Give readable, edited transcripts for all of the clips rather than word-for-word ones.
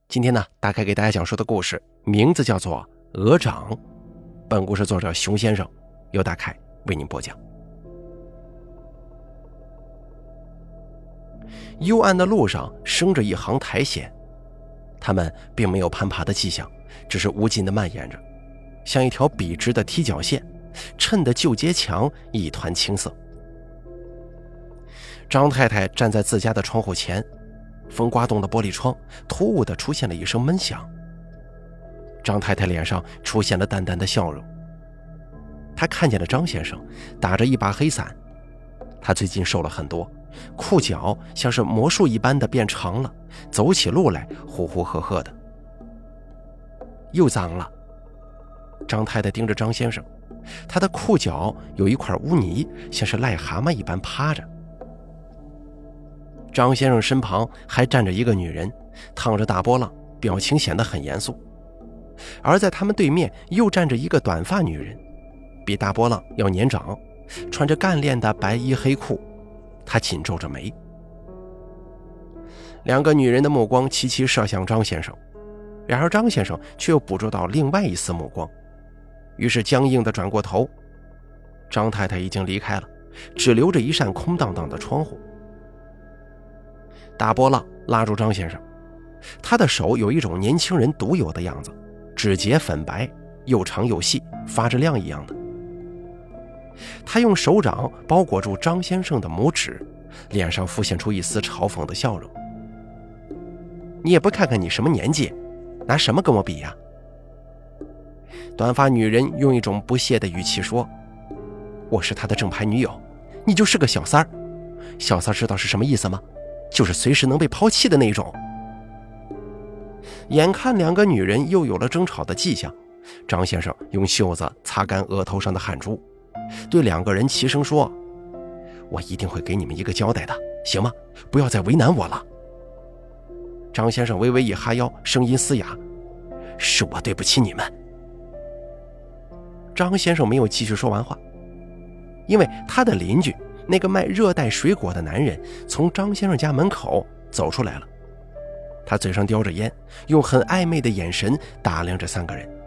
今天呢，大概给大家讲述的故事名字叫做《鹅掌》。本故事作者熊先生由大凯为您播讲。幽暗的路上生着一行苔藓，它们并没有攀爬的迹象，只是无尽地蔓延着，像一条笔直的踢脚线，衬得旧街墙一团青色。张太太站在自家的窗户前，风刮动的玻璃窗突兀地出现了一声闷响。张太太脸上出现了淡淡的笑容，她看见了张先生打着一把黑伞，他最近瘦了很多，裤脚像是魔术一般的变长了，走起路来呼呼喝喝的。又脏了。张太太盯着张先生，他的裤脚有一块污泥，像是癞蛤蟆一般趴着。张先生身旁还站着一个女人，烫着大波浪，表情显得很严肃。而在他们对面又站着一个短发女人，比大波浪要年长，穿着干练的白衣黑裤，她紧皱着眉。两个女人的目光齐齐射向张先生，然而张先生却又捕捉到另外一丝目光，于是僵硬地转过头。张太太已经离开了，只留着一扇空荡荡的窗户。大波浪拉住张先生，他的手有一种年轻人独有的样子，指节粉白，又长又细，发着亮一样的。他用手掌包裹住张先生的拇指，脸上浮现出一丝嘲讽的笑容。你也不看看你什么年纪，拿什么跟我比呀？短发女人用一种不屑的语气说，我是他的正牌女友，你就是个小三儿。小三知道是什么意思吗？就是随时能被抛弃的那种。眼看两个女人又有了争吵的迹象，张先生用袖子擦干额头上的汗珠，对两个人齐声说，我一定会给你们一个交代的，行吗？不要再为难我了。张先生微微一哈腰，声音嘶哑，是我对不起你们。张先生没有继续说完话，因为他的邻居那个卖热带水果的男人从张先生家门口走出来了，他嘴上叼着烟，用很暧昧的眼神打量着三个人。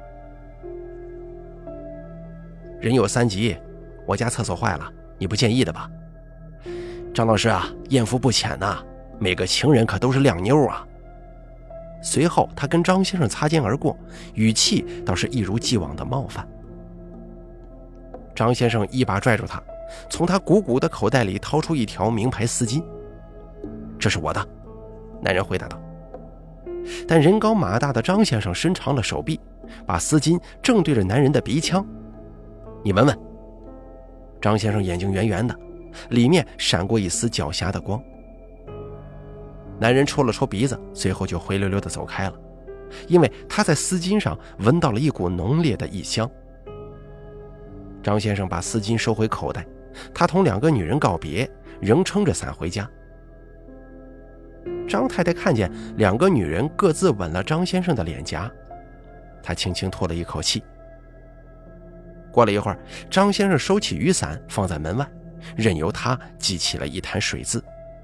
人有三急，我家厕所坏了，你不介意的吧？张老师啊，艳福不浅呐，每个情人可都是靓妞啊。随后他跟张先生擦肩而过，语气倒是一如既往的冒犯。张先生一把拽住他，从他鼓鼓的口袋里掏出一条名牌丝巾。这是我的，男人回答道。但人高马大的张先生伸长了手臂，把丝巾正对着男人的鼻腔。你闻闻。张先生眼睛圆圆的，里面闪过一丝狡黠的光。男人戳了戳鼻子，随后就灰溜溜地走开了，因为他在丝巾上闻到了一股浓烈的异香。张先生把丝巾收回口袋，他同两个女人告别，仍撑着伞回家。张太太看见两个女人各自吻了张先生的脸颊，她轻轻吐了一口气。过了一会儿，张先生收起雨伞放在门外，任由他激起了一滩水渍。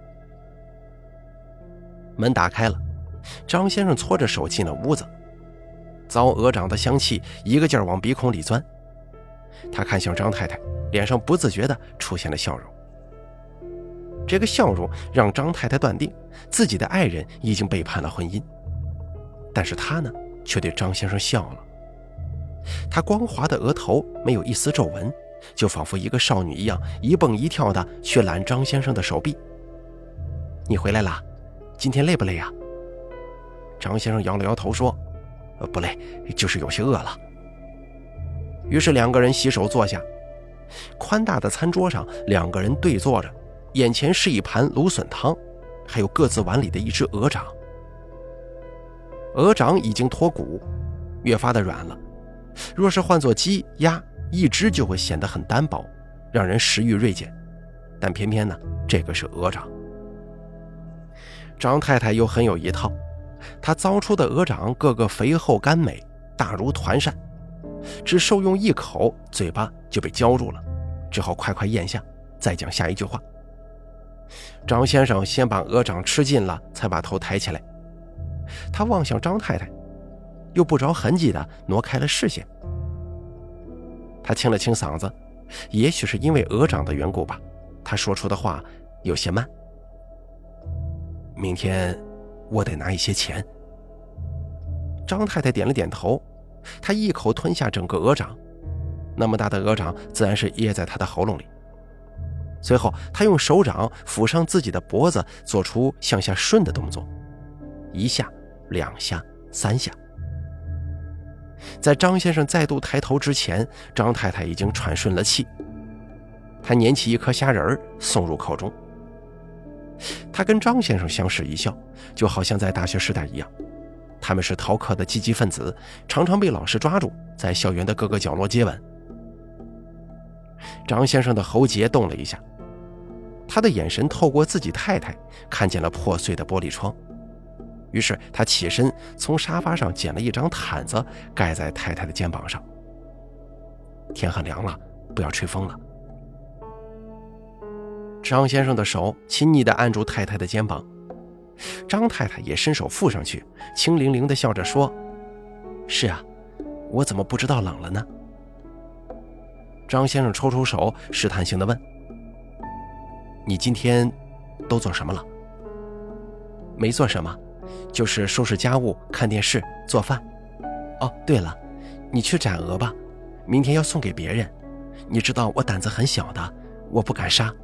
门打开了，张先生搓着手进了屋子，糟鹅掌的香气一个劲儿往鼻孔里钻。他看向张太太，脸上不自觉地出现了笑容。这个笑容让张太太断定自己的爱人已经背叛了婚姻，但是她呢，却对张先生笑了。她光滑的额头没有一丝皱纹，就仿佛一个少女一样，一蹦一跳的去揽张先生的手臂。你回来了，今天累不累啊？张先生摇了摇头说，不累，就是有些饿了。于是两个人洗手坐下，宽大的餐桌上两个人对坐着，眼前是一盘芦笋汤，还有各自碗里的一只鹅掌。鹅掌已经脱骨，越发的软了，若是换作鸡鸭，一只就会显得很单薄，让人食欲锐减，但偏偏呢，这个是鹅掌。张太太又很有一套，她糟出的鹅掌个个肥厚甘美，大如团扇，只受用一口，嘴巴就被浇住了，只好快快咽下，再讲下一句话。张先生先把鹅掌吃尽了，才把头抬起来。 他望向张太太，又不着痕迹地挪开了视线。他清了清嗓子，也许是因为鹅掌的缘故吧，他说出的话有些慢。明天我得拿一些钱。张太太点了点头，她一口吞下整个鹅掌，那么大的鹅掌自然是噎在她的喉咙里。随后她用手掌抚上自己的脖子，做出向下顺的动作，1下、2下、3下。在张先生再度抬头之前，张太太已经喘顺了气。她捻起一颗虾仁儿送入口中。她跟张先生相视一笑，就好像在大学时代一样。他们是逃课的积极分子，常常被老师抓住，在校园的各个角落接吻。张先生的喉结动了一下，他的眼神透过自己太太看见了破碎的玻璃窗，于是他起身从沙发上捡了一张毯子盖在太太的肩膀上。天很凉了，不要吹风了。张先生的手亲昵地按住太太的肩膀，张太太也伸手附上去，轻灵灵地笑着说：是啊，我怎么不知道冷了呢？张先生抽出手，试探性地问：你今天都做什么了？没做什么，就是收拾家务、看电视、做饭。哦，对了，你去斩鹅吧，明天要送给别人。你知道我胆子很小的，我不敢杀。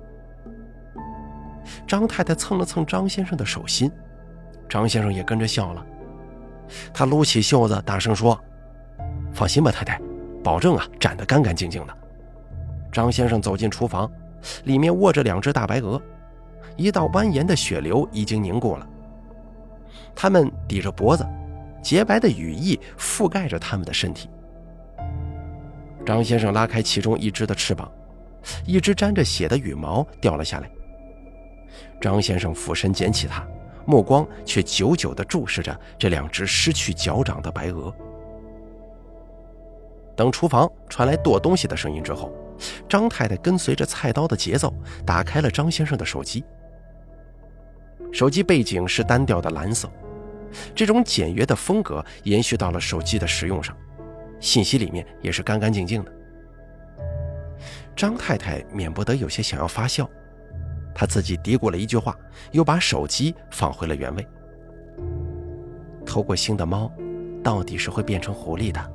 张太太蹭了蹭张先生的手心，张先生也跟着笑了。他撸起袖子大声说：放心吧太太，保证啊斩得干干净净的。张先生走进厨房，里面卧着2只大白鹅，一道蜿蜒的血流已经凝固了。它们抵着脖子，洁白的羽翼覆盖着它们的身体。张先生拉开其中一只的翅膀，一只沾着血的羽毛掉了下来。张先生俯身捡起它，目光却久久地注视着这2只失去脚掌的白鹅。等厨房传来剁东西的声音之后，张太太跟随着菜刀的节奏打开了张先生的手机。手机背景是单调的蓝色，这种简约的风格延续到了手机的使用上，信息里面也是干干净净的。张太太免不得有些想要发笑，她自己嘀咕了一句话，又把手机放回了原位。偷过腥的猫到底是会变成狐狸的。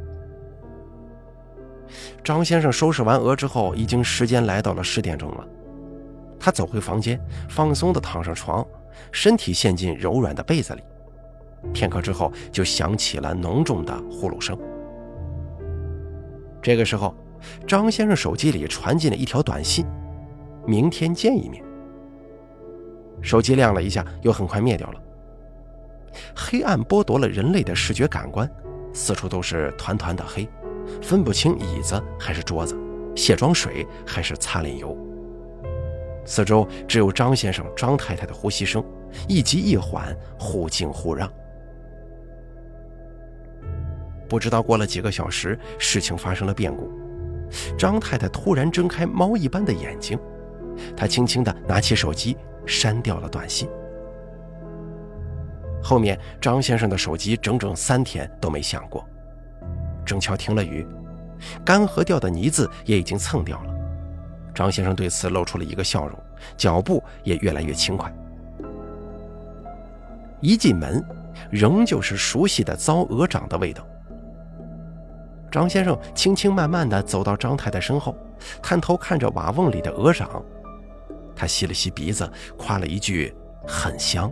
张先生收拾完鹅之后，已经时间来到了10点钟了。他走回房间，放松地躺上床，身体陷进柔软的被子里。片刻之后，就响起了浓重的呼噜声。这个时候，张先生手机里传进了一条短信：明天见一面。手机亮了一下，又很快灭掉了。黑暗剥夺了人类的视觉感官，四处都是团团的黑，分不清椅子还是桌子，卸妆水还是擦脸油。四周只有张先生、张太太的呼吸声，一急一缓，忽静忽让。不知道过了几个小时，事情发生了变故。张太太突然睁开猫一般的眼睛，她轻轻地拿起手机，删掉了短信。后面张先生的手机整整3天都没响过。正巧停了雨，干涸掉的泥渍也已经蹭掉了。张先生对此露出了一个笑容，脚步也越来越轻快。一进门，仍旧是熟悉的糟鹅掌的味道。张先生轻轻慢慢地走到张太太身后，探头看着瓦瓮里的鹅掌，他吸了吸鼻子，夸了一句很香。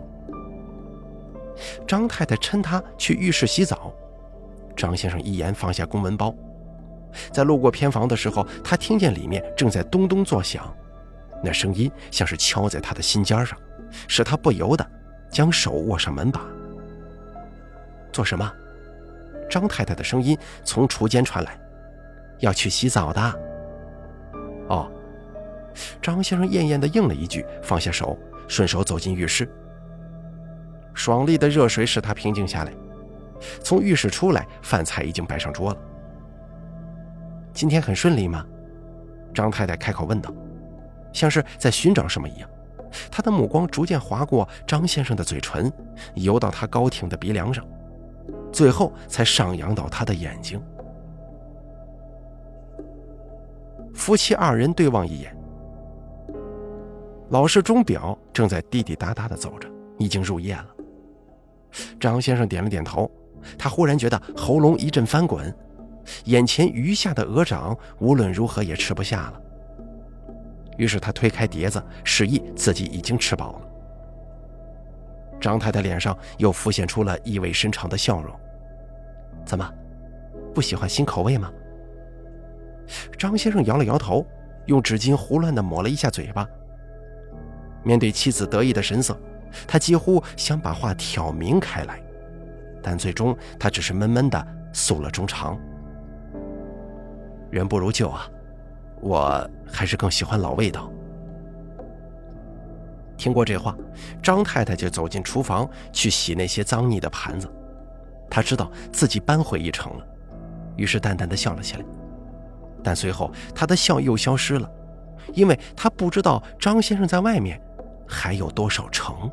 张太太趁他去浴室洗澡，张先生一言放下公文包。在路过偏房的时候，他听见里面正在咚咚作响，那声音像是敲在他的心尖上，使他不由得将手握上门把。做什么？张太太的声音从厨间传来。要去洗澡的。哦。张先生艳艳地应了一句，放下手，顺手走进浴室。爽利的热水使他平静下来。从浴室出来，饭菜已经摆上桌了。今天很顺利吗？张太太开口问道，像是在寻找什么一样， 他的目光逐渐划过张先生的嘴唇，游到他高挺的鼻梁上，最后才上扬到他的眼睛。夫妻二人对望一眼，老式钟表正在滴滴答答地走着，已经入夜了。张先生点了点头，他忽然觉得喉咙一阵翻滚，眼前余下的鹅掌无论如何也吃不下了。于是他推开碟子，示意自己已经吃饱了。张太太脸上又浮现出了意味深长的笑容。怎么，不喜欢新口味吗？张先生摇了摇头，用纸巾胡乱地抹了一下嘴巴。面对妻子得意的神色，他几乎想把话挑明开来，但最终他只是闷闷地诉了衷肠。人不如旧啊，我还是更喜欢老味道。听过这话，张太太就走进厨房去洗那些脏腻的盘子。她知道自己扳回一城了，于是淡淡地笑了起来。但随后她的笑又消失了，因为她不知道张先生在外面还有多少城。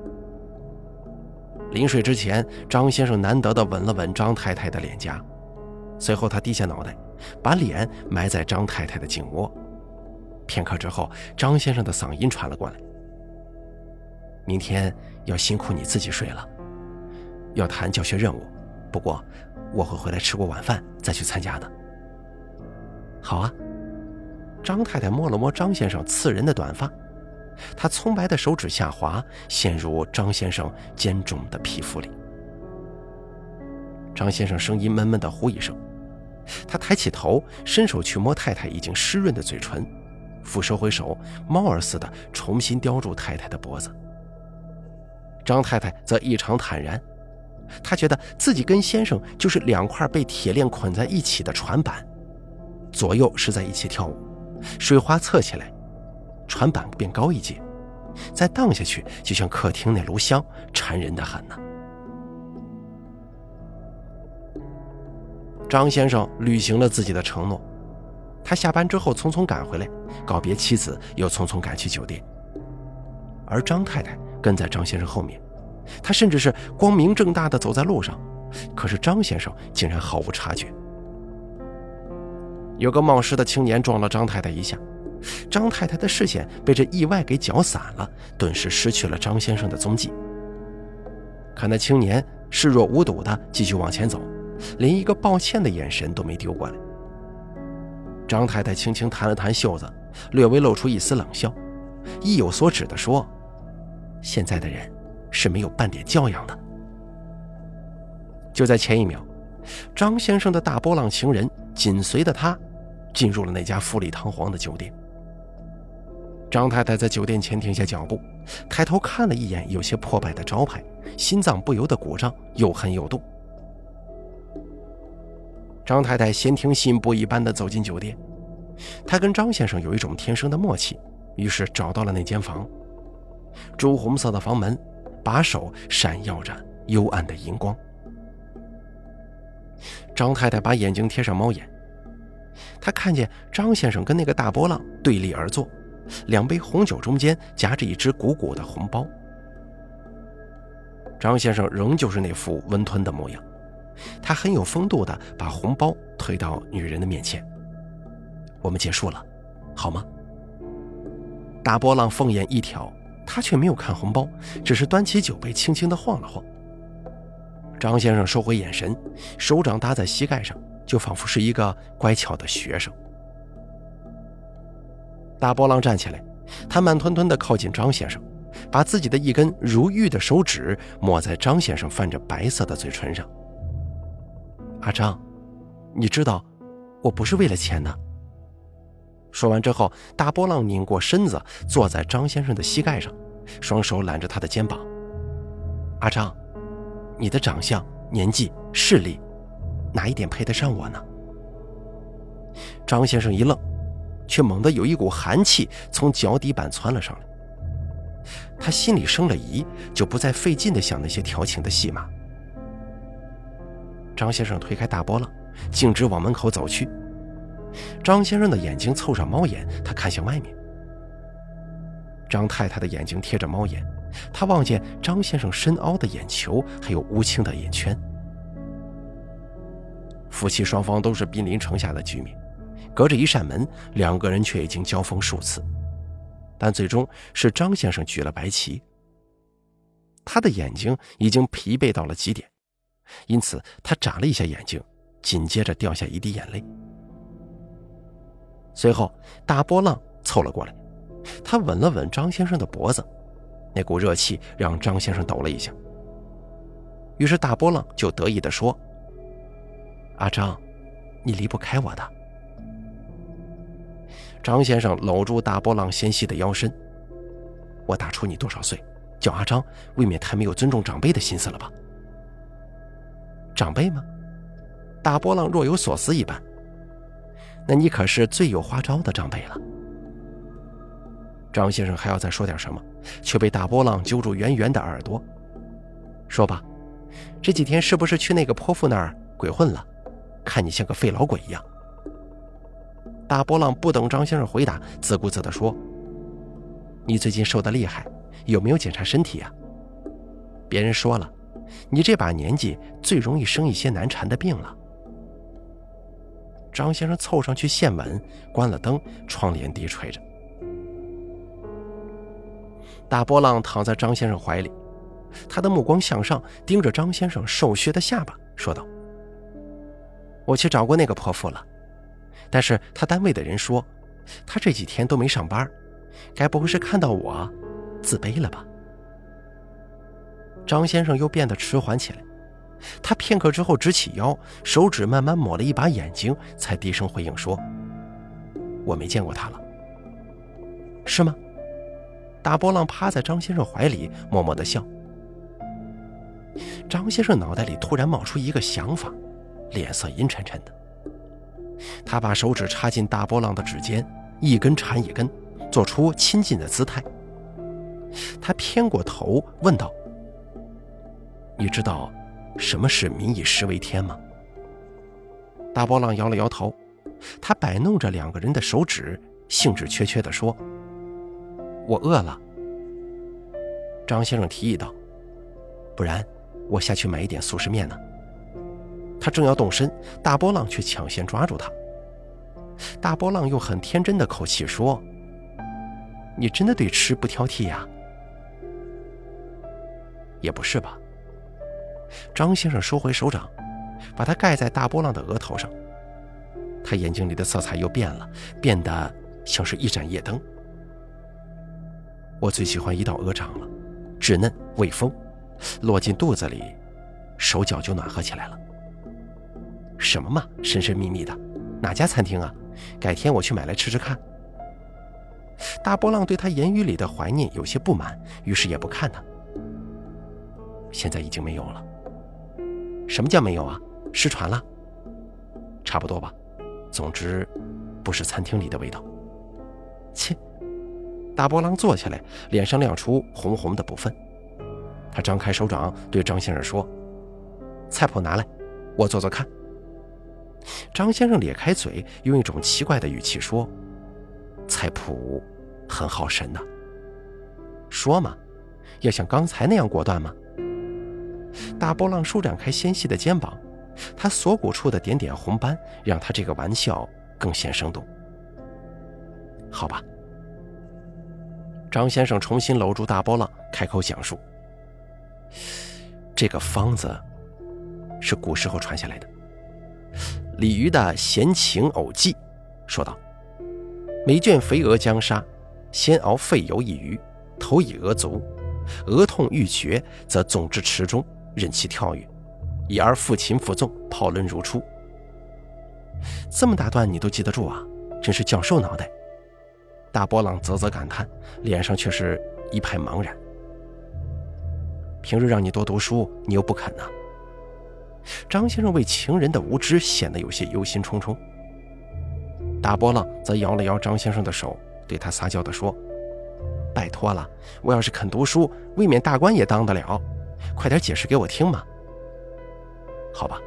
临睡之前，张先生难得地吻了吻张太太的脸颊，随后他低下脑袋，把脸埋在张太太的颈窝。片刻之后，张先生的嗓音传了过来：明天要辛苦你自己睡了，要谈教学任务，不过我会回来吃过晚饭再去参加的。好啊。张太太摸了摸张先生刺人的短发，她葱白的手指下滑，陷入张先生坚肿的皮肤里。张先生声音闷闷地呼一声，他抬起头，伸手去摸太太已经湿润的嘴唇，复收回手，猫儿似的重新叼住太太的脖子。张太太则异常坦然，她觉得自己跟先生就是两块被铁链捆在一起的船板，左右是在一起跳舞，水花侧起来，船板变高一截，再荡下去就像客厅那炉香，缠人的很呢。张先生履行了自己的承诺，他下班之后匆匆赶回来，告别妻子，又匆匆赶去酒店。而张太太跟在张先生后面，她甚至是光明正大地走在路上，可是张先生竟然毫无察觉。有个冒失的青年撞了张太太一下，张太太的视线被这意外给搅散了，顿时失去了张先生的踪迹。可那青年视若无睹地继续往前走，连一个抱歉的眼神都没丢过来。张太太轻轻弹了弹袖子，略微露出一丝冷笑，意有所指地说：现在的人是没有半点教养的。就在前一秒，张先生的大波浪情人紧随着他进入了那家富丽堂皇的酒店。张太太在酒店前停下脚步，抬头看了一眼有些破败的招牌，心脏不由得鼓胀，又恨又怒。张太太闲庭信步一般地走进酒店，她跟张先生有一种天生的默契，于是找到了那间房。朱红色的房门，把手闪耀着幽暗的荧光。张太太把眼睛贴上猫眼，她看见张先生跟那个大波浪对立而坐，两杯红酒中间夹着一只鼓鼓的红包。张先生仍旧是那副温吞的模样，他很有风度地把红包推到女人的面前。我们结束了，好吗？大波浪凤眼一挑，他却没有看红包，只是端起酒杯轻轻地晃了晃。张先生收回眼神，手掌搭在膝盖上，就仿佛是一个乖巧的学生。大波浪站起来，他慢吞吞地靠近张先生，把自己的一根如玉的手指抹在张先生泛着白色的嘴唇上。阿张，你知道我不是为了钱的。说完之后，大波浪拧过身子，坐在张先生的膝盖上，双手揽着他的肩膀。阿张，你的长相、年纪、势力，哪一点配得上我呢？张先生一愣，却猛地有一股寒气从脚底板窜了上来。他心里生了疑，就不再费劲地想那些调情的戏码。张先生推开大波浪，径直往门口走去。张先生的眼睛凑上猫眼，他看向外面。 张太太的眼睛贴着猫眼，她望见张先生深凹的眼球，还有乌青的眼圈。夫妻双方都是濒临城下的居民，隔着一扇门，两个人却已经交锋数次，但最终是张先生举了白旗。他的眼睛已经疲惫到了极点，因此他眨了一下眼睛，紧接着掉下一滴眼泪。随后大波浪凑了过来，他吻了吻张先生的脖子，那股热气让张先生抖了一下。于是大波浪就得意地说：阿张，你离不开我的。张先生搂住大波浪纤细的腰身：我大出你多少岁，叫阿张，未免太没有尊重长辈的心思了吧？长辈吗？大波浪若有所思一般。那你可是最有花招的长辈了。张先生还要再说点什么，却被大波浪揪住圆圆的耳朵。说吧，这几天是不是去那个泼妇那儿鬼混了？看你像个废老鬼一样。大波浪不等张先生回答，自顾自地说：你最近瘦得厉害，有没有检查身体啊？别人说了，你这把年纪最容易生一些难缠的病了。张先生凑上去献吻，关了灯，窗帘低垂着。大波浪躺在张先生怀里，他的目光向上，盯着张先生瘦削的下巴，说道：我去找过那个泼妇了，但是他单位的人说，他这几天都没上班，该不会是看到我自卑了吧？张先生又变得迟缓起来，他片刻之后直起腰，手指慢慢抹了一把眼睛，才低声回应说：我没见过他了。是吗？大波浪趴在张先生怀里，默默地笑。张先生脑袋里突然冒出一个想法，脸色阴沉沉的。他把手指插进大波浪的指尖，一根缠一根，做出亲近的姿态。他偏过头问道：你知道什么是民以食为天吗？大波浪摇了摇头，他摆弄着两个人的手指，兴致缺缺地说：我饿了。张先生提议道：不然我下去买一点速食面呢。他正要动身，大波浪却抢先抓住他。大波浪用很天真的口气说：你真的对吃不挑剔呀？也不是吧。张先生收回手掌，把它盖在大波浪的额头上。他眼睛里的色彩又变了，变得像是一盏夜灯。我最喜欢一到鹅掌了，稚嫩微丰，落进肚子里，手脚就暖和起来了。什么嘛，神神秘秘的，哪家餐厅啊？改天我去买来吃吃看。大波浪对他言语里的怀念有些不满，于是也不看他。现在已经没有了。什么叫没有啊？失传了？差不多吧，总之不是餐厅里的味道。切！大波浪坐起来，脸上亮出红红的不忿。他张开手掌对张先生说：菜谱拿来，我做做看。张先生咧开嘴，用一种奇怪的语气说：菜谱很耗神呐。说嘛，要像刚才那样果断吗？大波浪舒展开纤细的肩膀，他锁骨处的点点红斑让他这个玩笑更显生动。好吧。张先生重新搂住大波浪，开口讲述：这个方子是古时候传下来的。李渔的《闲情偶记》说道：每卷肥鹅将杀，先熬沸油一鱼，投以鹅足，鹅痛欲绝，则纵之池中，任其跳跃，以而复擒复纵，炮轮如初。这么大段你都记得住啊，真是教授脑袋。大波浪啧啧感叹，脸上却是一派茫然。平日让你多读书，你又不肯啊。张先生为情人的无知显得有些忧心忡忡。大波浪则摇了摇张先生的手，对他撒娇地说：拜托了，我要是肯读书，未免大官也当得了，快点解释给我听嘛。好吧。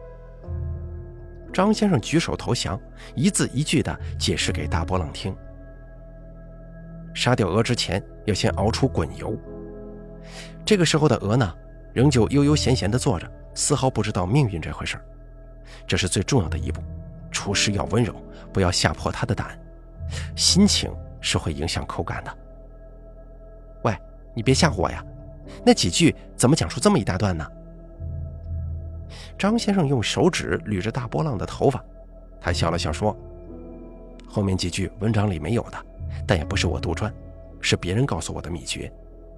张先生举手投降，一字一句地解释给大波浪听。 杀掉鹅之前要先熬出滚油。这个时候的鹅呢，仍旧悠悠闲闲地坐着，丝毫不知道命运这回事。这是最重要的一步，厨师要温柔，不要吓破他的胆，心情是会影响口感的。喂，你别吓唬我呀，那几句怎么讲出这么一大段呢？张先生用手指捋着大波浪的头发，他笑了笑说，后面几句文章里没有的，但也不是我杜撰，是别人告诉我的秘诀。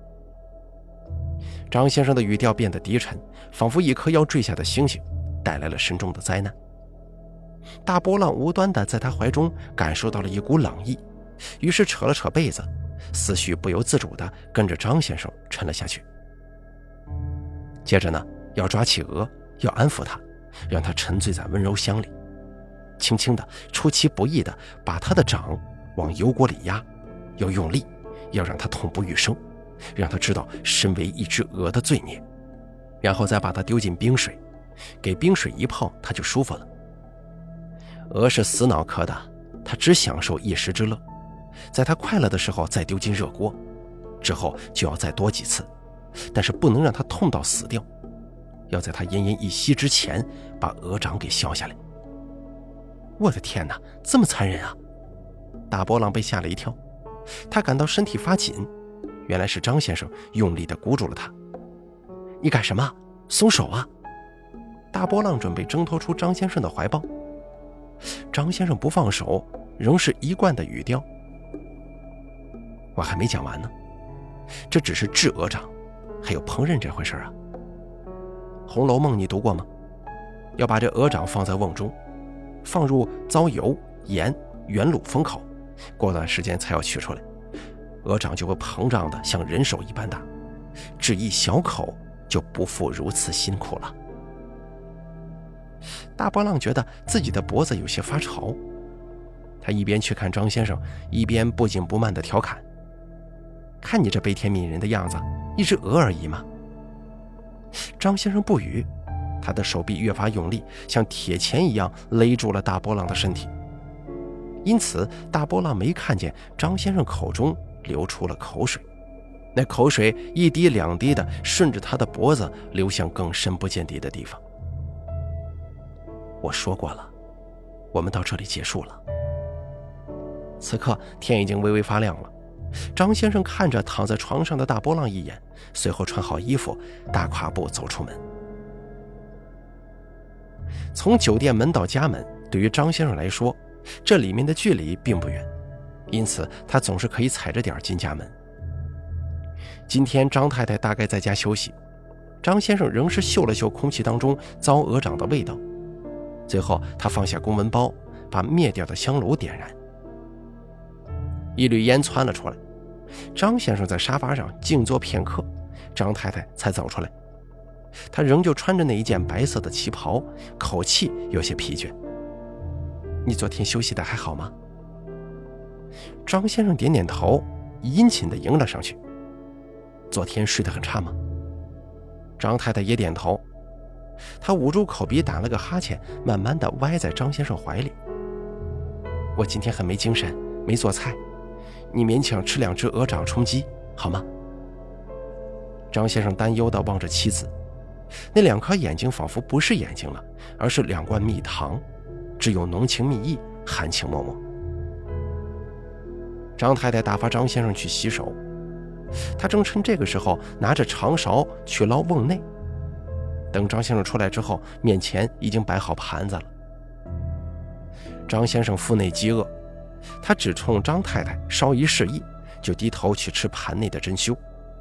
张先生的语调变得低沉，仿佛一颗要坠下的星星，带来了深重的灾难。大波浪无端地在他怀中感受到了一股冷意，于是扯了扯被子，思绪不由自主地跟着张先生沉了下去。接着呢，要抓起鹅，要安抚他，让他沉醉在温柔乡里，轻轻地出其不意地把他的掌往油锅里压，要用力，要让他痛不欲生，让他知道身为一只鹅的罪孽，然后再把他丢进冰水，给冰水一泡，他就舒服了。鹅是死脑壳的，他只享受一时之乐，在他快乐的时候再丢进热锅，之后就要再多几次，但是不能让他痛到死掉，要在他奄奄一息之前把鹅掌给削下来。我的天哪，这么残忍啊！大波浪被吓了一跳，他感到身体发紧，原来是张先生用力地箍住了他。你干什么？松手啊！大波浪准备挣脱出张先生的怀抱，张先生不放手，仍是一贯的语调。我还没讲完呢，这只是制鹅掌，还有烹饪这回事啊。《红楼梦》你读过吗？要把这鹅掌放在瓮中，放入糟油、盐、原卤封口，过段时间才要取出来，鹅掌就会膨胀的像人手一般大，只一小口就不负如此辛苦了。大波浪觉得自己的脖子有些发潮，他一边去看张先生，一边不紧不慢地调侃：看你这悲天悯人的样子，一只鹅而已嘛。张先生不语，他的手臂越发用力，像铁钳一样勒住了大波浪的身体，因此大波浪没看见张先生口中流出了口水，那口水一滴两滴的顺着他的脖子流向更深不见底的地方。我说过了，我们到这里结束了。此刻天已经微微发亮了，张先生看着躺在床上的大波浪一眼，随后穿好衣服，大跨步走出门。从酒店门到家门，对于张先生来说，这里面的距离并不远，因此他总是可以踩着点进家门。今天张太太大概在家休息，张先生仍是嗅了嗅空气当中糟鹅掌的味道，最后他放下公文包，把灭掉的香炉点燃，一缕烟窜了出来。张先生在沙发上静坐片刻，张太太才走出来。他仍旧穿着那一件白色的旗袍，口气有些疲倦。你昨天休息的还好吗？张先生点点头，殷勤地迎了上去。昨天睡得很差吗？张太太也点头。她捂住口鼻打了个哈欠，慢慢地歪在张先生怀里。我今天很没精神，没做菜，你勉强吃2只鹅掌充饥好吗？张先生担忧地望着妻子，那2颗眼睛仿佛不是眼睛了，而是2罐蜜糖，只有浓情蜜意，含情脉脉。张太太打发张先生去洗手，她正趁这个时候拿着长勺去捞瓮内。等张先生出来之后，面前已经摆好盘子了。张先生腹内饥饿，他只冲张太太稍一示意，就低头去吃盘内的珍馐。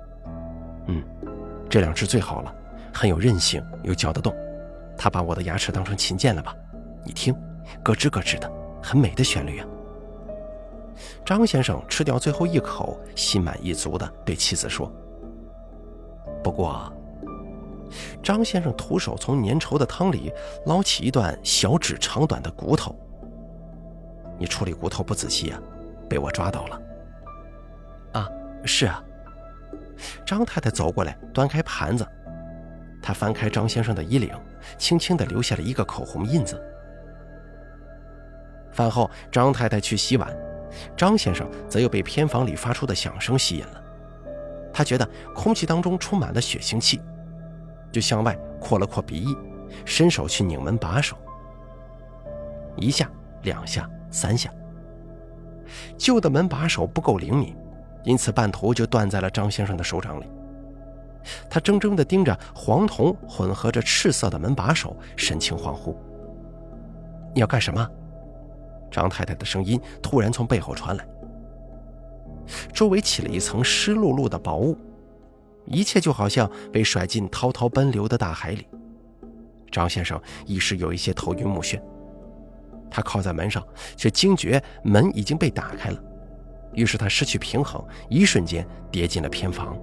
这2只最好了，很有韧性，又嚼得动。他把我的牙齿当成琴键了吧？你听，咯吱咯吱的，很美的旋律啊。张先生吃掉最后一口，心满意足地对妻子说。不过，张先生徒手从粘稠的汤里捞起一段小指长短的骨头。你处理骨头不仔细啊，被我抓到了。啊，是啊。张太太走过来，端开盘子，她翻开张先生的衣领，轻轻地留下了一个口红印子。饭后，张太太去洗碗， 张先生则又被偏房里发出的响声吸引了。他觉得空气当中充满了血腥气，就向外扩了扩鼻翼，伸手去拧门把手。一下、两下、三下，旧的门把手不够灵敏，因此半途就断在了张先生的手掌里。他怔怔地盯着黄铜混合着赤色的门把手，神情恍惚。你要干什么？张太太的声音突然从背后传来。周围起了一层湿漉漉的薄雾，一切就好像被甩进滔滔奔流的大海里。张先生一时有一些头晕目眩，他靠在门上，却惊觉门已经被打开了，于是他失去平衡，一瞬间跌进了偏房。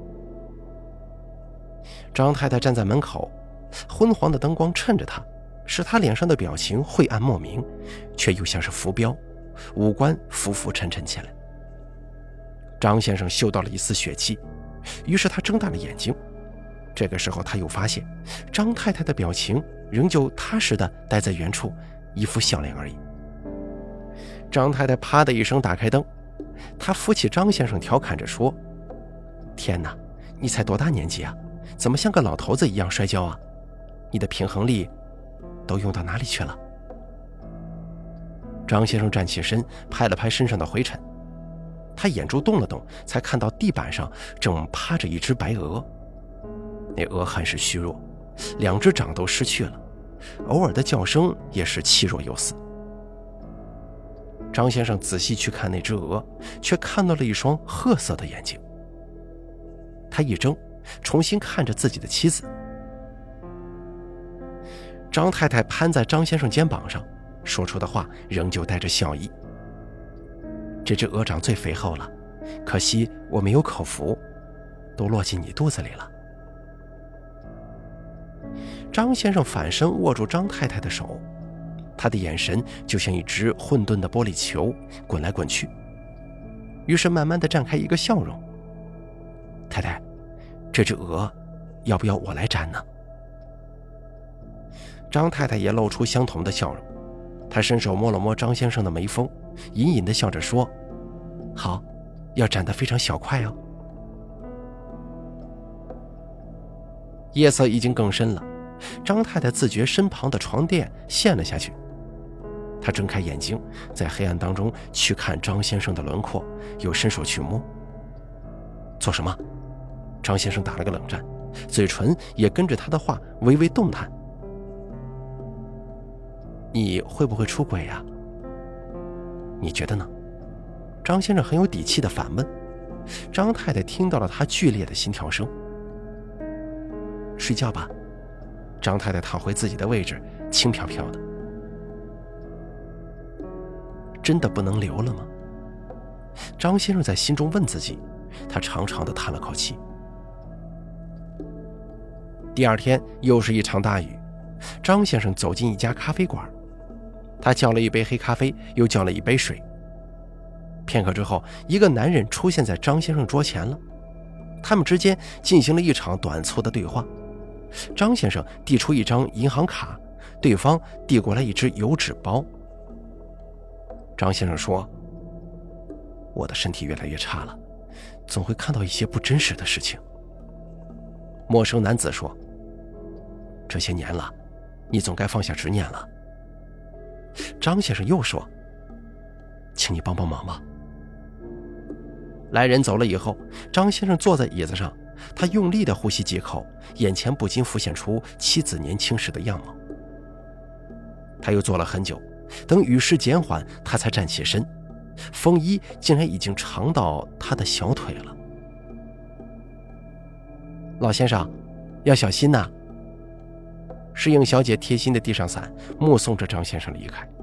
张太太站在门口，昏黄的灯光衬着她，使她脸上的表情晦暗莫名，却又像是浮标，五官浮浮沉沉起来。张先生嗅到了一丝血气，于是他睁大了眼睛。这个时候他又发现张太太的表情仍旧踏实地待在原处，一副笑脸而已。张太太啪的一声打开灯，她扶起张先生，调侃着说：天哪，你才多大年纪啊，怎么像个老头子一样摔跤啊？你的平衡力都用到哪里去了？张先生站起身，拍了拍身上的灰尘，他眼珠动了动，才看到地板上正趴着一只白鹅。那鹅很是虚弱，两只掌都失去了，偶尔的叫声也是气若游丝。张先生仔细去看那只鹅，却看到了一双褐色的眼睛。他一怔，重新看着自己的妻子。张太太攀在张先生肩膀上，说出的话仍旧带着笑意。这只鹅掌最肥厚了，可惜我没有口服，都落进你肚子里了。张先生反身握住张太太的手，他的眼神就像一只混沌的玻璃球，滚来滚去，于是慢慢地绽开一个笑容。太太，这只鹅要不要我来斩呢？张太太也露出相同的笑容，她伸手摸了摸张先生的眉峰，隐隐地笑着说：好，要斩得非常小块哦。夜色已经更深了，张太太自觉身旁的床垫陷了下去，她睁开眼睛，在黑暗当中去看张先生的轮廓，又伸手去摸。做什么？张先生打了个冷战，嘴唇也跟着他的话微微动弹。你会不会出轨呀？你觉得呢？张先生很有底气地反问。张太太听到了他剧烈的心跳声。睡觉吧。张太太躺回自己的位置，轻飘飘的。真的不能留了吗？张先生在心中问自己，他长长地叹了口气。第二天又是一场大雨，张先生走进一家咖啡馆，他叫了一杯黑咖啡，又叫了一杯水。片刻之后，一个男人出现在张先生桌前了，他们之间进行了一场短促的对话。张先生递出一张银行卡，对方递过来一只油纸包。张先生说：我的身体越来越差了，总会看到一些不真实的事情。陌生男子说：这些年了，你总该放下执念了。张先生又说：请你帮帮忙吧。来人走了以后，张先生坐在椅子上，他用力地呼吸几口，眼前不禁浮现出妻子年轻时的样貌。他又坐了很久，等雨势减缓，他才站起身，风衣竟然已经长到他的小腿了。老先生，要小心呐。侍应小姐贴心地递上伞，目送着张先生离开。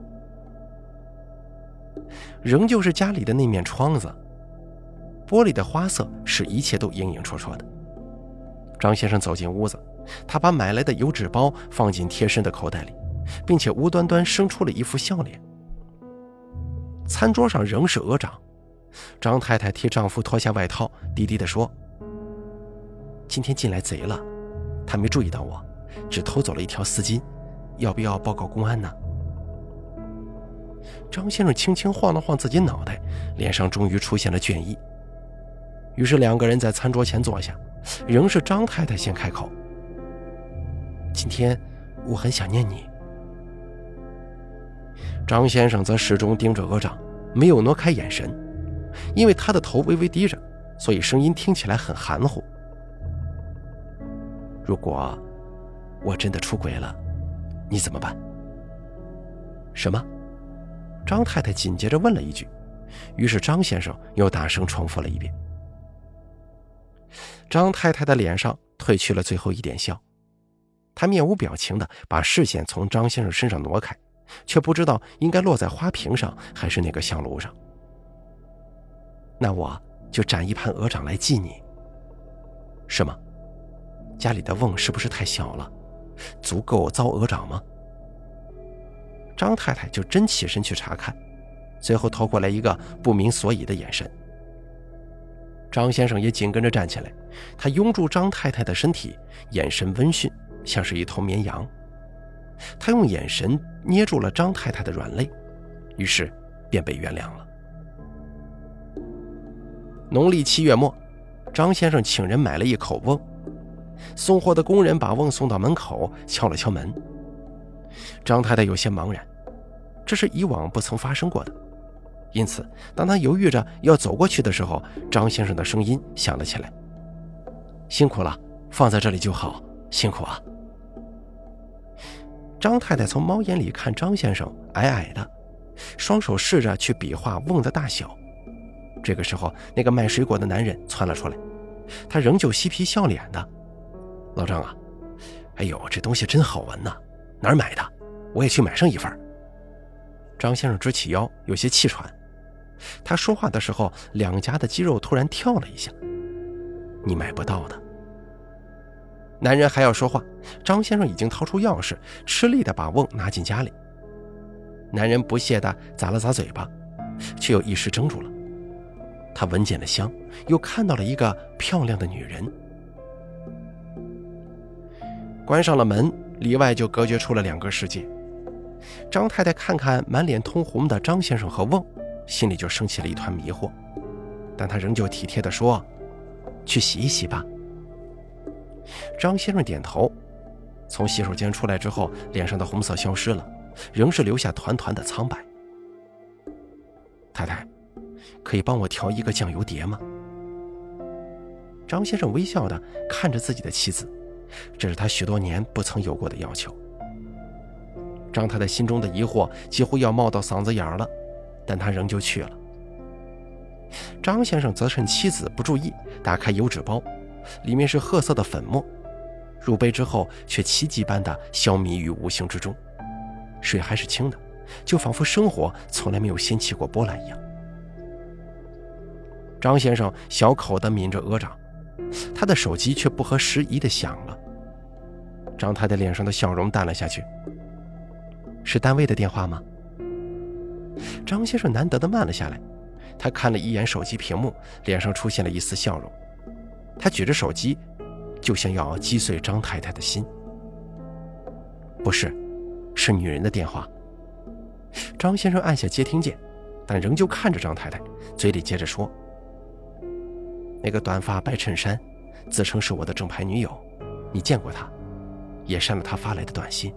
仍旧是家里的那面窗子，玻璃的花色使一切都影影绰绰的。张先生走进屋子，他把买来的油纸包放进贴身的口袋里，并且无端端生出了一副笑脸。餐桌上仍是鹅掌，张太太替丈夫脱下外套，低低地说：今天进来贼了，他没注意到我，只偷走了一条丝巾，要不要报告公安呢？ 张先生轻轻晃了晃自己脑袋，脸上终于出现了倦意。于是两个人在餐桌前坐下，仍是张太太先开口：“今天我很想念你。”张先生则始终盯着鹅掌，没有挪开眼神，因为他的头微微低着，所以声音听起来很含糊。如果我真的出轨了，你怎么办？什么？张太太紧接着问了一句，于是张先生又大声重复了一遍。张太太的脸上褪去了最后一点笑，她面无表情地把视线从张先生身上挪开，却不知道应该落在花瓶上还是那个香炉上。那我就斩一盘鹅掌来祭你。是吗？家里的瓮是不是太小了，足够糟鹅掌吗？张太太就真起身去查看，随后投过来一个不明所以的眼神。张先生也紧跟着站起来，他拥住张太太的身体，眼神温驯，像是一头绵羊。他用眼神捏住了张太太的软肋，于是便被原谅了。农历7月末，张先生请人买了一口瓮，送货的工人把瓮送到门口，敲了敲门。张太太有些茫然，这是以往不曾发生过的，因此当他犹豫着要走过去的时候，张先生的声音响了起来：“辛苦了，放在这里就好，辛苦啊。”张太太从猫眼里看张先生矮矮的，双手试着去比划瓮的大小。这个时候，那个卖水果的男人窜了出来，他仍旧嬉皮笑脸的：“老张啊，哎呦，这东西真好闻呐，哪儿买的？我也去买上一份。”张先生直起腰，有些气喘。他说话的时候，两颊的肌肉突然跳了一下：“你买不到的。”男人还要说话，张先生已经掏出钥匙，吃力地把瓮拿进家里。男人不屑地咂了咂嘴巴，却又一时怔住了。他闻见了香，又看到了一个漂亮的女人。关上了门，里外就隔绝出了两个世界。张太太看看满脸通红的张先生和瓮，心里就升起了一团迷惑，但她仍旧体贴地说：“去洗一洗吧。”张先生点头，从洗手间出来之后，脸上的红色消失了，仍是留下团团的苍白。“太太，可以帮我调一个酱油碟吗？”张先生微笑地看着自己的妻子，这是他许多年不曾有过的要求。张太太心中的疑惑几乎要冒到嗓子眼了，但他仍旧去了。张先生则趁妻子不注意，打开油纸包，里面是褐色的粉末，入杯之后却奇迹般的消弭于无形之中，水还是清的，就仿佛生活从来没有掀起过波澜一样。张先生小口地抿着鹅掌，他的手机却不合时宜地响了。张太太脸上的笑容淡了下去：“是单位的电话吗？”张先生难得地慢了下来，他看了一眼手机屏幕，脸上出现了一丝笑容。他举着手机，就像要击碎张太太的心。“不是，是女人的电话。”张先生按下接听键，但仍旧看着张太太，嘴里接着说：“那个短发白衬衫，自称是我的正牌女友，你见过她，也删了她发来的短信。”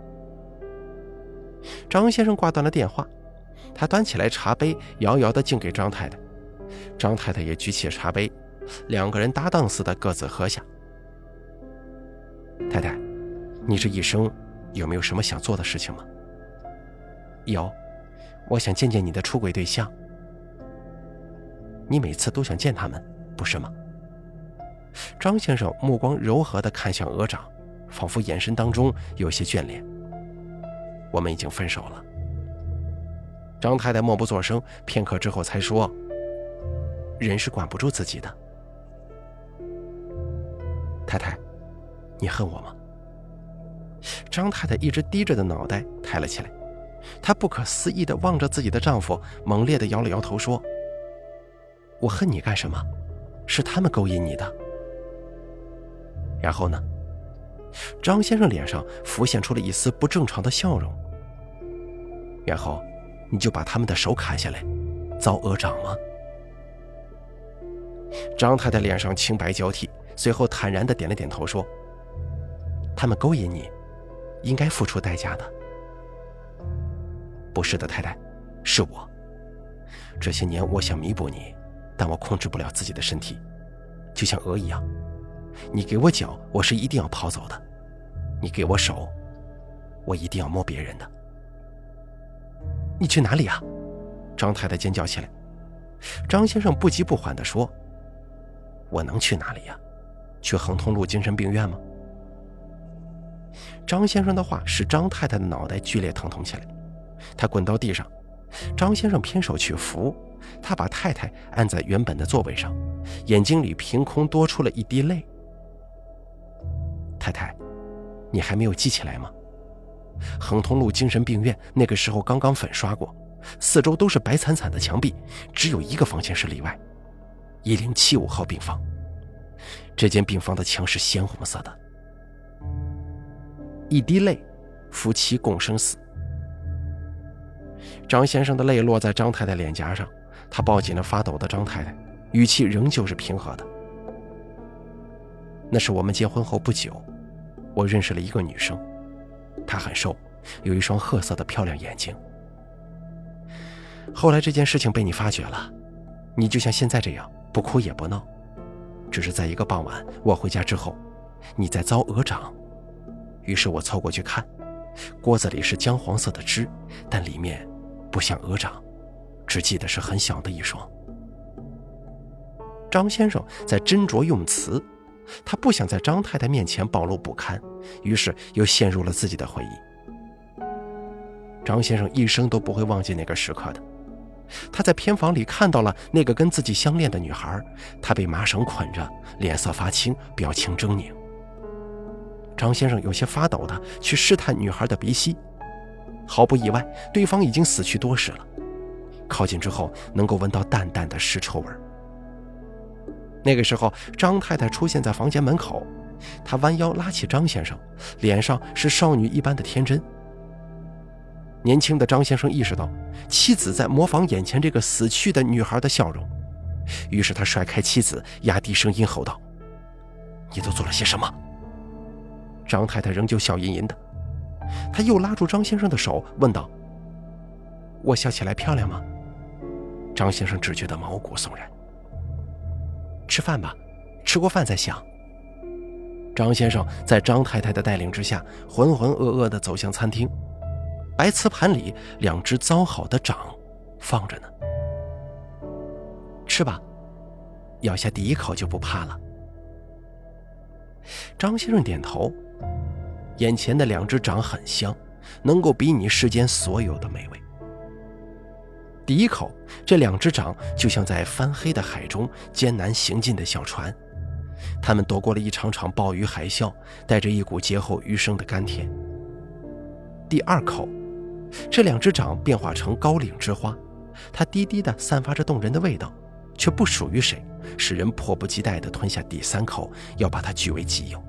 张先生挂断了电话，他端起来茶杯，遥遥地敬给张太太。张太太也举起茶杯，两个人搭档似的各自喝下。“太太，你这一生有没有什么想做的事情吗？”“有，我想见见你的出轨对象。”“你每次都想见他们，不是吗？”张先生目光柔和地看向鹅掌，仿佛眼神当中有些眷恋。“我们已经分手了。”张太太默不作声，片刻之后才说：“人是管不住自己的。”“太太，你恨我吗？”张太太一直低着的脑袋抬了起来，她不可思议地望着自己的丈夫，猛烈地摇了摇头说：“我恨你干什么？是他们勾引你的。”然后呢？张先生脸上浮现出了一丝不正常的笑容。然后你就把他们的手砍下来，遭讹长吗？张太太脸上青白交替，随后坦然地点了点头说：他们勾引你，应该付出代价的。不是的，太太，是我。这些年我想弥补你，但我控制不了自己的身体，就像鹅一样。你给我脚，我是一定要跑走的；你给我手，我一定要摸别人的。你去哪里啊？张太太尖叫起来。张先生不急不缓地说：我能去哪里呀？去恒通路精神病院吗？张先生的话使张太太的脑袋剧烈疼痛起来，她滚到地上。张先生偏手去扶，他把太太按在原本的座位上，眼睛里凭空多出了一滴泪。太太，你还没有记起来吗？恒通路精神病院那个时候刚刚粉刷过，四周都是白惨惨的墙壁，只有一个房间是例外，1075号病房。这间病房的墙是鲜红色的。一滴泪，夫妻共生死。张先生的泪落在张太太脸颊上，他抱紧了发抖的张太太，语气仍旧是平和的。那是我们结婚后不久，我认识了一个女生，她很瘦，有一双褐色的漂亮眼睛。后来这件事情被你发觉了，你就像现在这样，不哭也不闹。只是在一个傍晚，我回家之后，你在遭鹅掌，于是我凑过去看，锅子里是姜黄色的汁，但里面不像鹅掌，只记得是很小的一双。张先生在斟酌用词，他不想在张太太面前暴露不堪，于是又陷入了自己的回忆。张先生一生都不会忘记那个时刻的。他在偏房里看到了那个跟自己相恋的女孩，她被麻绳捆着，脸色发青，表情狰狞。张先生有些发抖地去试探女孩的鼻息，毫不意外，对方已经死去多时了。靠近之后，能够闻到淡淡的尸臭味。那个时候，张太太出现在房间门口，她弯腰拉起张先生，脸上是少女一般的天真。年轻的张先生意识到妻子在模仿眼前这个死去的女孩的笑容，于是他甩开妻子，压低声音吼道：你都做了些什么？张太太仍旧笑吟吟的，她又拉住张先生的手问道：我笑起来漂亮吗？张先生只觉得毛骨悚然。吃饭吧，吃过饭再想。张先生在张太太的带领之下，浑浑噩噩地走向餐厅。白瓷盘里2只糟好的掌放着呢。吃吧，咬下第一口就不怕了。张先生点头，眼前的2只掌很香，能够比拟世间所有的美味。第一口，这2只掌就像在翻黑的海中艰难行进的小船，他们躲过了一场场暴雨海啸，带着一股劫后余生的甘甜。第二口，这2只掌变化成高岭之花，它低低地散发着动人的味道，却不属于谁，使人迫不及待地吞下第3口，要把它据为己有。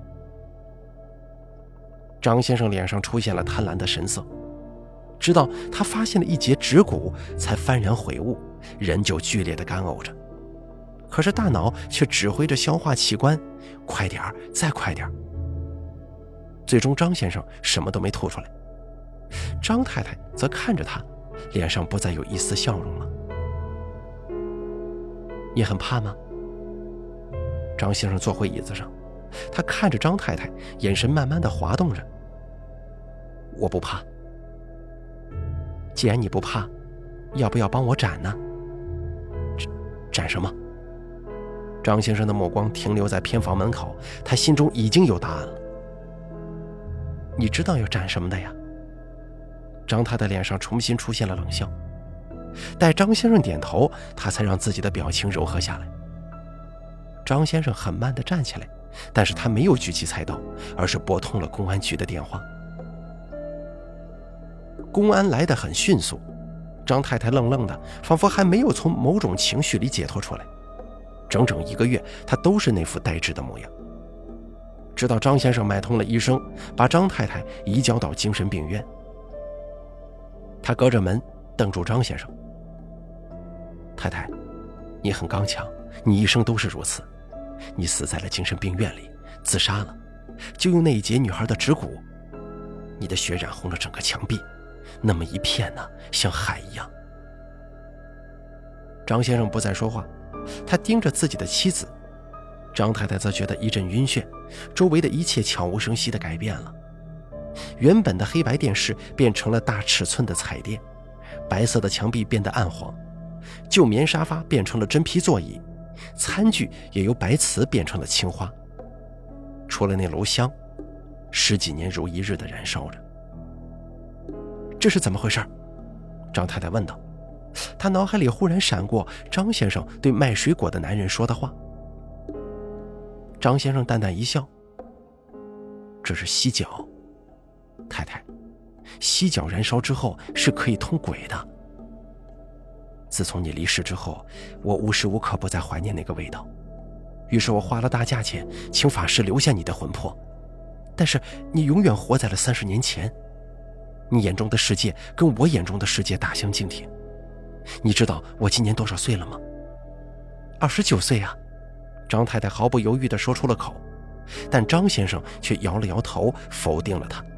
张先生脸上出现了贪婪的神色，直到他发现了一节指骨，才幡然悔悟，人就剧烈地干呕着。可是大脑却指挥着消化器官，快点儿，再快点儿。最终张先生什么都没吐出来，张太太则看着他，脸上不再有一丝笑容了。你很怕吗？张先生坐回椅子上，他看着张太太，眼神慢慢地滑动着。我不怕。既然你不怕，要不要帮我斩呢？斩什么？张先生的目光停留在偏房门口，他心中已经有答案了。你知道要斩什么的呀？张太太脸上重新出现了冷笑，待张先生点头，他才让自己的表情柔和下来。张先生很慢地站起来，但是他没有举起菜刀，而是拨通了公安局的电话。公安来得很迅速，张太太愣愣的，仿佛还没有从某种情绪里解脱出来。整整1个月，她都是那副呆滞的模样。直到张先生买通了医生，把张太太移交到精神病院。他隔着门瞪住张先生。太太，你很刚强，你一生都是如此。你死在了精神病院里，自杀了，就用那一截女孩的指骨。你的血染红了整个墙壁，那么一片呢，像海一样。张先生不再说话，他盯着自己的妻子。张太太则觉得一阵晕眩，周围的一切悄无声息地改变了。原本的黑白电视变成了大尺寸的彩电，白色的墙壁变得暗黄，旧棉沙发变成了真皮座椅，餐具也由白瓷变成了青花。除了那炉香，10几年如一日地燃烧着。这是怎么回事？张太太问道。她脑海里忽然闪过张先生对卖水果的男人说的话。张先生淡淡一笑，这是犀角。太太，犀角燃烧之后是可以通鬼的。自从你离世之后，我无时无刻不在怀念那个味道，于是我花了大价钱请法师留下你的魂魄，但是你永远活在了30年前，你眼中的世界跟我眼中的世界大相径庭。你知道我今年多少岁了吗？29岁啊。张太太毫不犹豫地说出了口，但张先生却摇了摇头，否定了她。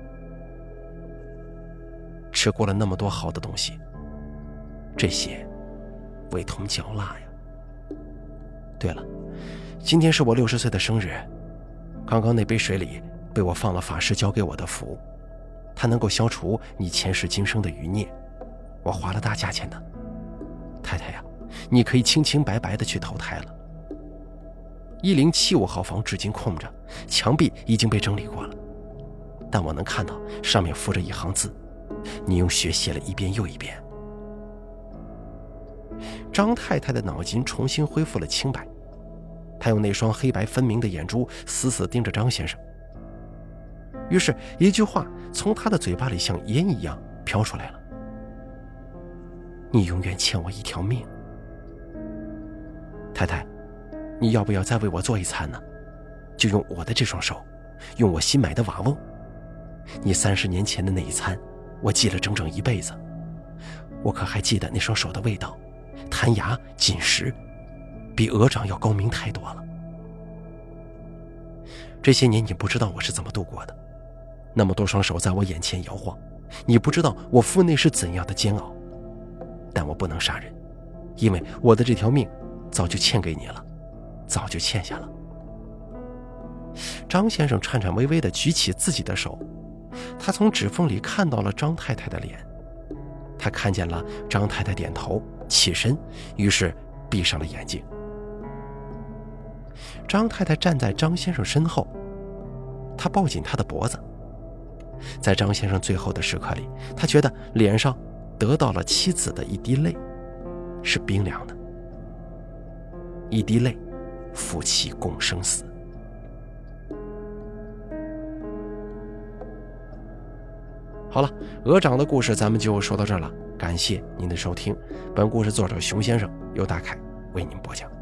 吃过了那么多好的东西，这些味同嚼蜡呀。对了，今天是我60岁的生日，刚刚那杯水里被我放了法师交给我的符，它能够消除你前世今生的余孽，我花了大价钱的。太太呀，你可以清清白白的去投胎了。1075号房至今空着，墙壁已经被整理过了，但我能看到上面附着一行字，你用血写了一遍又一遍。张太太的脑筋重新恢复了清白，她用那双黑白分明的眼珠死死盯着张先生。于是一句话从她的嘴巴里像烟一样飘出来了：你永远欠我一条命。太太，你要不要再为我做一餐呢？就用我的这双手，用我新买的瓦瓮。你30年前的那一餐，我记了整整一辈子。我可还记得那双手的味道，弹牙紧实，比鹅掌要高明太多了。这些年你不知道我是怎么度过的，那么多双手在我眼前摇晃，你不知道我腹内是怎样的煎熬。但我不能杀人，因为我的这条命早就欠给你了，早就欠下了。张先生颤颤巍巍地举起自己的手，他从指缝里看到了张太太的脸，他看见了张太太点头起身，于是闭上了眼睛。张太太站在张先生身后，她抱紧他的脖子。在张先生最后的时刻里，他觉得脸上得到了妻子的一滴泪，是冰凉的。一滴泪，夫妻共生死。好了，鹅掌的故事咱们就说到这儿了，感谢您的收听。本故事作者熊先生由大凯为您播讲。